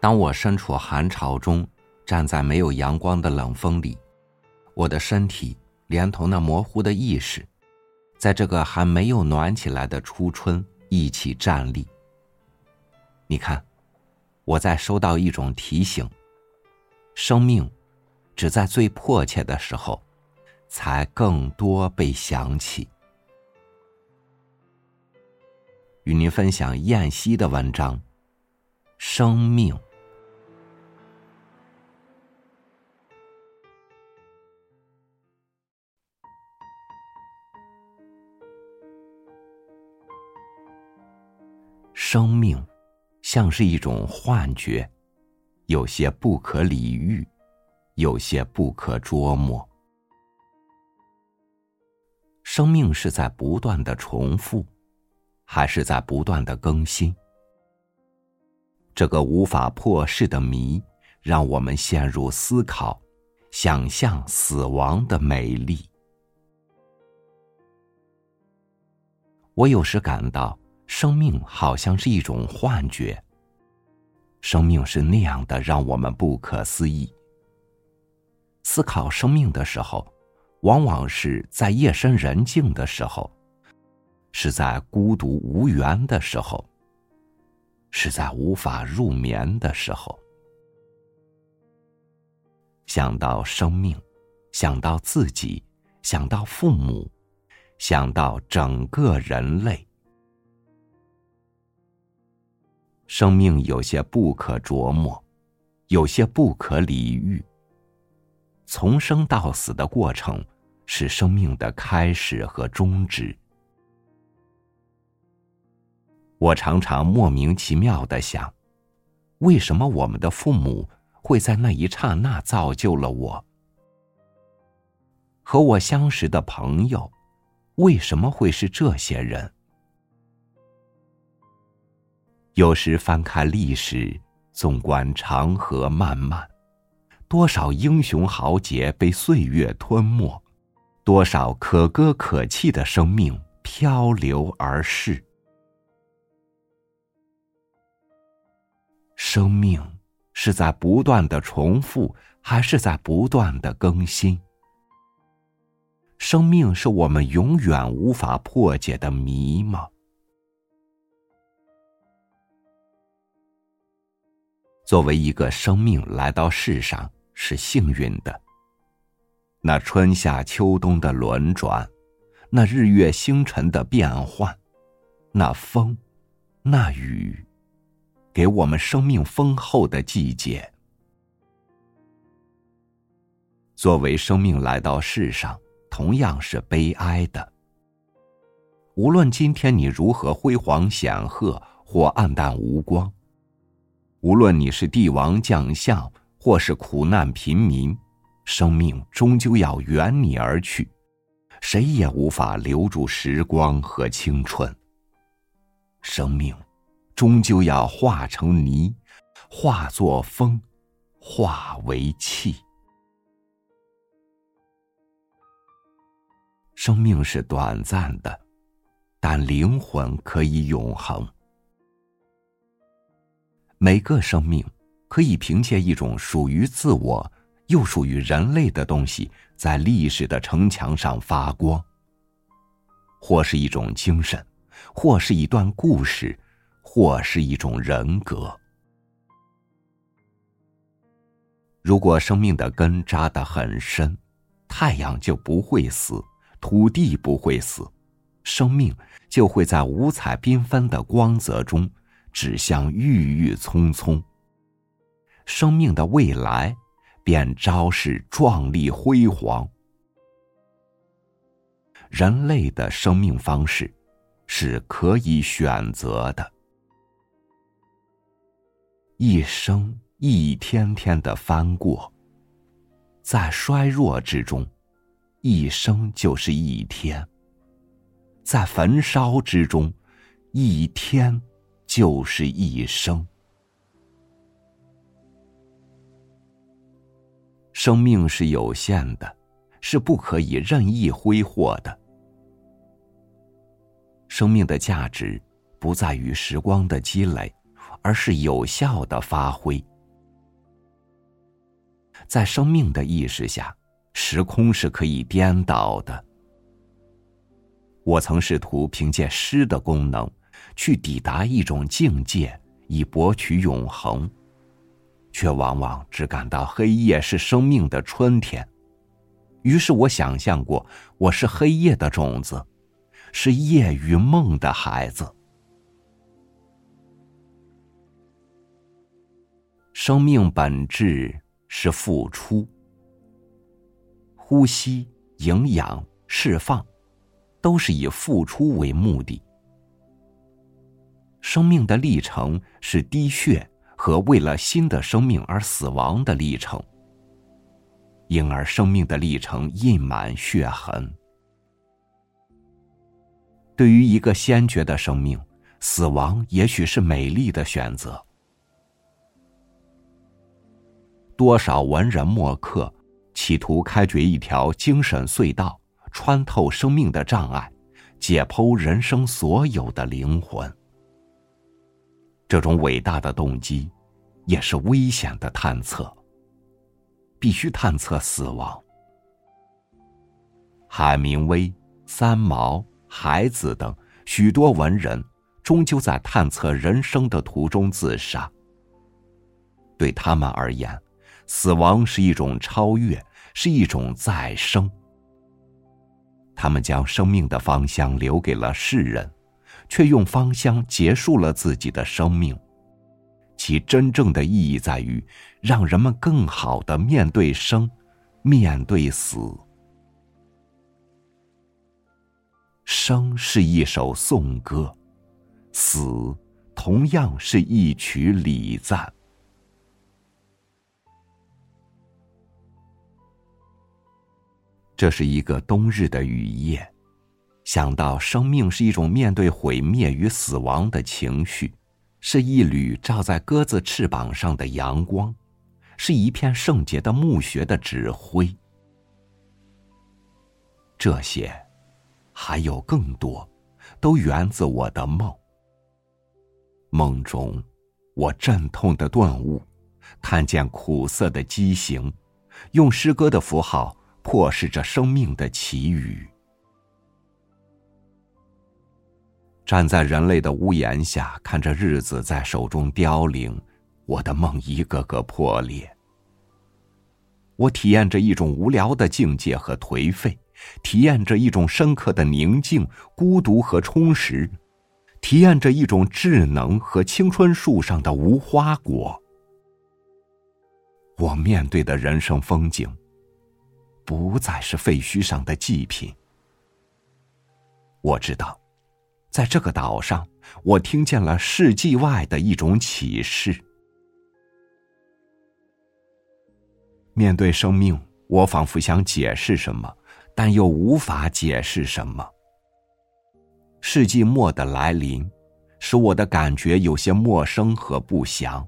当我身处寒潮中，站在没有阳光的冷风里，我的身体连同那模糊的意识，在这个还没有暖起来的初春一起站立。你看，我在收到一种提醒，生命只在最迫切的时候才更多被想起。与您分享燕西的文章《生命》。生命像是一种幻觉，有些不可理喻，有些不可捉摸。生命是在不断的重复，还是在不断的更新？这个无法破释的谜，让我们陷入思考，想象死亡的美丽。我有时感到生命好像是一种幻觉，生命是那样的让我们不可思议。思考生命的时候，往往是在夜深人静的时候，是在孤独无援的时候，是在无法入眠的时候。想到生命，想到自己，想到父母，想到整个人类。生命有些不可琢磨，有些不可理喻。从生到死的过程，是生命的开始和终止。我常常莫名其妙地想，为什么我们的父母会在那一刹那造就了我？和我相识的朋友，为什么会是这些人？有时翻开历史，纵观长河漫漫，多少英雄豪杰被岁月吞没，多少可歌可泣的生命漂流而逝。生命是在不断的重复，还是在不断的更新？生命是我们永远无法破解的谜吗？作为一个生命来到世上是幸运的，那春夏秋冬的轮转，那日月星辰的变换，那风，那雨，给我们生命丰厚的季节。作为生命来到世上，同样是悲哀的。无论今天你如何辉煌显赫或黯淡无光，无论你是帝王将相或是苦难贫民，生命终究要远你而去，谁也无法留住时光和青春。生命终究要化成泥，化作风，化为气。生命是短暂的，但灵魂可以永恒。每个生命可以凭借一种属于自我又属于人类的东西，在历史的城墙上发光，或是一种精神，或是一段故事，或是一种人格。如果生命的根扎得很深，太阳就不会死，土地不会死，生命就会在五彩缤纷的光泽中指向郁郁葱葱。生命的未来便昭示壮丽辉煌。人类的生命方式是可以选择的，一生一天天的翻过，在衰弱之中，一生就是一天；在焚烧之中，一天就是一生。生命是有限的，是不可以任意挥霍的。生命的价值不在于时光的积累，而是有效的发挥， 在生命的意识下，时空是可以颠倒的。我曾试图凭借诗的功能，去抵达一种境界，以博取永恒，却往往只感到黑夜是生命的春天。于是我想象过，我是黑夜的种子，是夜与梦的孩子。生命本质是付出，呼吸、营养、释放，都是以付出为目的。生命的历程是滴血和为了新的生命而死亡的历程，因而生命的历程印满血痕。对于一个先觉的生命，死亡也许是美丽的选择。多少文人墨客企图开掘一条精神隧道，穿透生命的障碍，解剖人生所有的灵魂。这种伟大的动机也是危险的探测，必须探测死亡。海明威、三毛、海子等许多文人终究在探测人生的途中自杀。对他们而言，死亡是一种超越，是一种再生。他们将生命的芳香留给了世人，却用芳香结束了自己的生命。其真正的意义在于让人们更好地面对生，面对死。生是一首颂歌，死同样是一曲礼赞。这是一个冬日的雨夜，想到生命是一种面对毁灭与死亡的情绪，是一缕照在鸽子翅膀上的阳光，是一片圣洁的墓穴的指挥。这些还有更多，都源自我的梦。梦中我阵痛的顿悟，看见苦涩的畸形，用诗歌的符号破释着生命的奇语。站在人类的屋檐下，看着日子在手中凋零，我的梦一个个破裂。我体验着一种无聊的境界和颓废，体验着一种深刻的宁静、孤独和充实，体验着一种智能和青春树上的无花果。我面对的人生风景不再是废墟上的祭品。我知道，在这个岛上，我听见了世纪外的一种启示。面对生命，我仿佛想解释什么，但又无法解释什么。世纪末的来临，使我的感觉有些陌生和不详。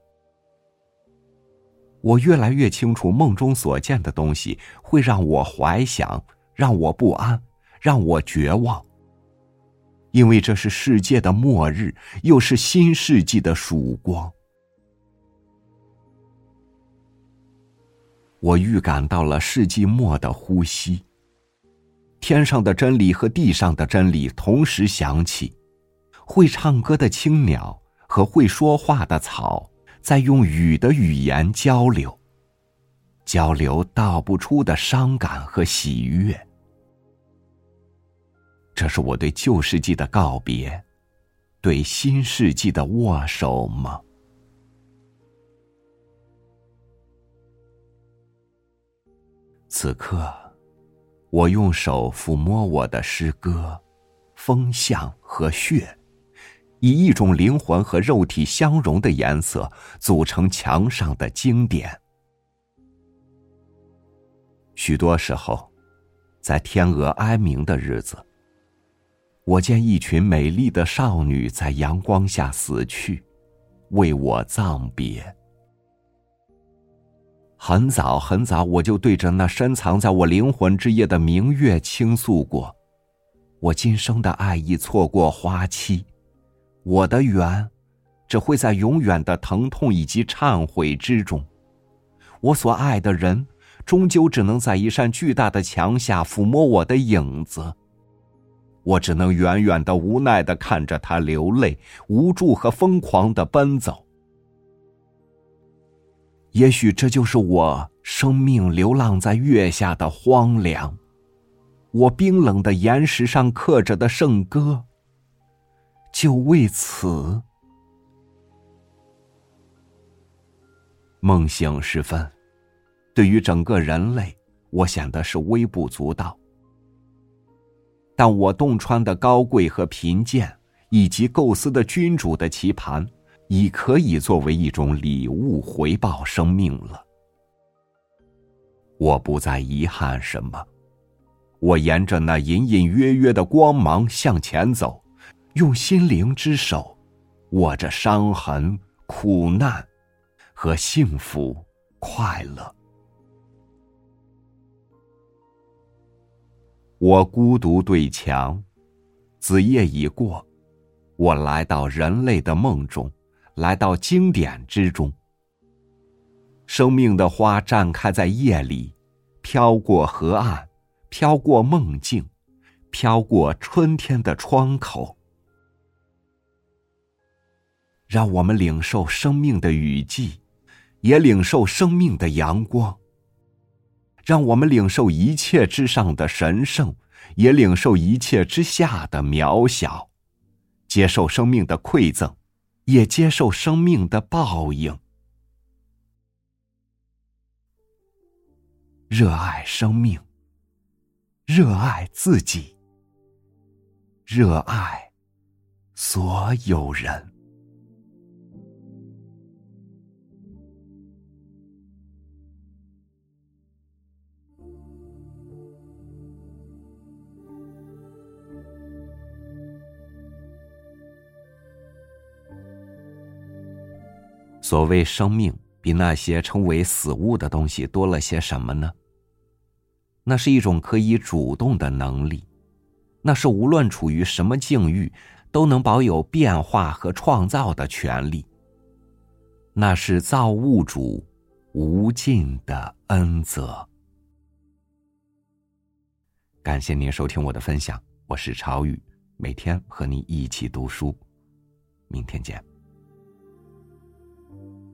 我越来越清楚，梦中所见的东西会让我怀想，让我不安，让我绝望。因为这是世界的末日，又是新世纪的曙光。我预感到了世纪末的呼吸，天上的真理和地上的真理同时响起，会唱歌的青鸟和会说话的草在用雨的语言交流，交流道不出的伤感和喜悦。这是我对旧世纪的告别，对新世纪的握手吗？此刻，我用手抚摸我的诗歌、风向和血，以一种灵魂和肉体相融的颜色组成墙上的经典。许多时候，在天鹅哀鸣的日子，我见一群美丽的少女在阳光下死去，为我葬别。很早很早，我就对着那深藏在我灵魂之夜的明月倾诉过，我今生的爱意错过花期，我的缘只会在永远的疼痛以及忏悔之中。 我所爱的人终究只能在一扇巨大的墙下抚摸我的影子，我只能远远的无奈的看着他流泪，无助和疯狂的奔走。也许这就是我生命流浪在月下的荒凉，我冰冷的岩石上刻着的圣歌，就为此。梦醒时分，对于整个人类，我显得是微不足道，但我洞穿的高贵和贫贱，以及构思的君主的棋盘，已可以作为一种礼物回报生命了。我不再遗憾什么，我沿着那隐隐约约的光芒向前走，用心灵之手握着伤痕、苦难和幸福、快乐。我孤独对墙，子夜已过，我来到人类的梦中，来到经典之中。生命的花绽开在夜里，飘过河岸，飘过梦境，飘过春天的窗口。让我们领受生命的雨季，也领受生命的阳光。让我们领受一切之上的神圣，也领受一切之下的渺小，接受生命的馈赠，也接受生命的报应。热爱生命，热爱自己，热爱所有人。所谓生命，比那些称为死物的东西多了些什么呢？那是一种可以主动的能力，那是无论处于什么境遇都能保有变化和创造的权利，那是造物主无尽的恩泽。感谢您收听我的分享，我是超宇，每天和你一起读书，明天见。